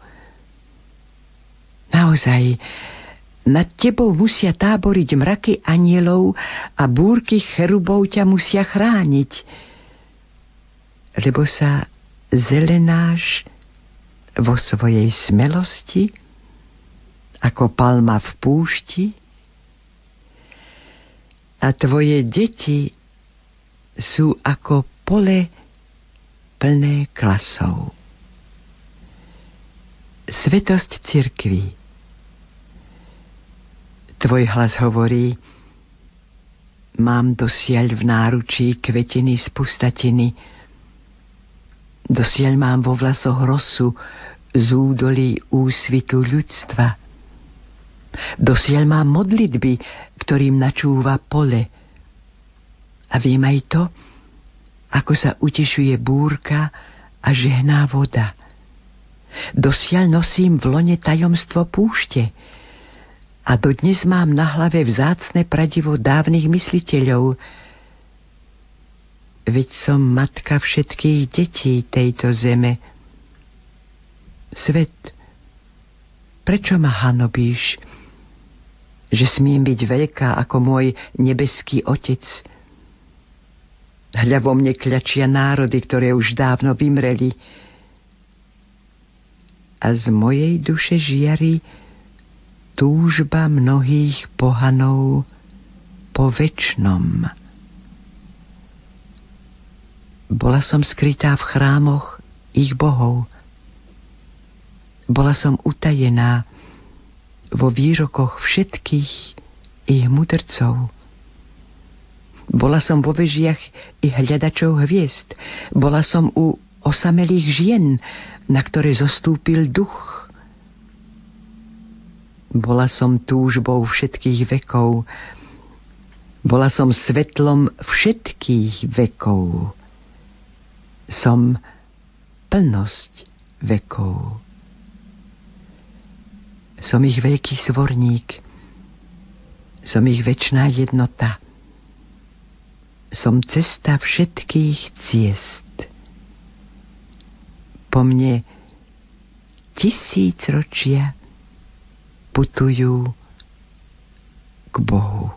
Naozaj, nad tebou musia táboriť mraky anielov a búrky cherubov ťa musia chrániť, lebo sa zelenáš vo svojej smelosti ako palma v púšti a tvoje deti sú ako pole plné klasov. Svetosť cirkvi. Tvoj hlas hovorí: mám dosiaľ v náručí kvetiny z pustatiny, dosiaľ mám vo vlasoch rosu z údolí úsvitu ľudstva, dosiaľ mám modlitby, ktorým načúva pole, a viem aj to, ako sa utešuje búrka a žehná voda. Dosiaľ nosím v lone tajomstvo púšte a dodnes mám na hlave vzácne pradivo dávnych mysliteľov. Veď som matka všetkých detí tejto zeme. Svet, prečo ma hanobíš, že smiem byť veľká ako môj nebeský otec? Hľa vo mne kľačia národy, ktoré už dávno vymreli. A z mojej duše žiari túžba mnohých pohanov po večnom. Bola som skrytá v chrámoch ich bohov. Bola som utajená vo výrokoch všetkých ich mudrcov. Bola som vo vežiach ich hľadačov hviezd. Bola som u osamelých žien, na ktoré zostúpil duch. Bola som túžbou všetkých vekov. Bola som svetlom všetkých vekov. Som plnosť vekov. Som ich veľký svorník. Som ich večná jednota. Som cesta všetkých ciest. Po mne 1000 ročia putujú k Bohu.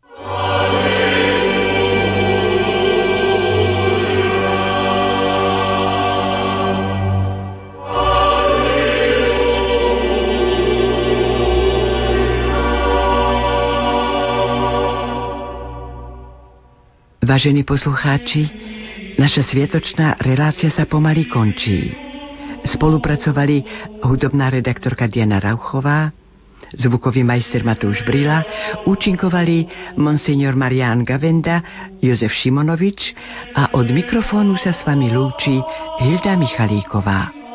Vážení poslucháči, naša sviatočná relácia sa pomaly končí. Spolupracovali hudobná redaktorka Diana Rauchová, zvukový majster Matúš Brila, účinkovali monsignor Marián Gavenda, Jozef Šimonovič a od mikrofónu sa s vami lúči Hilda Michalíková.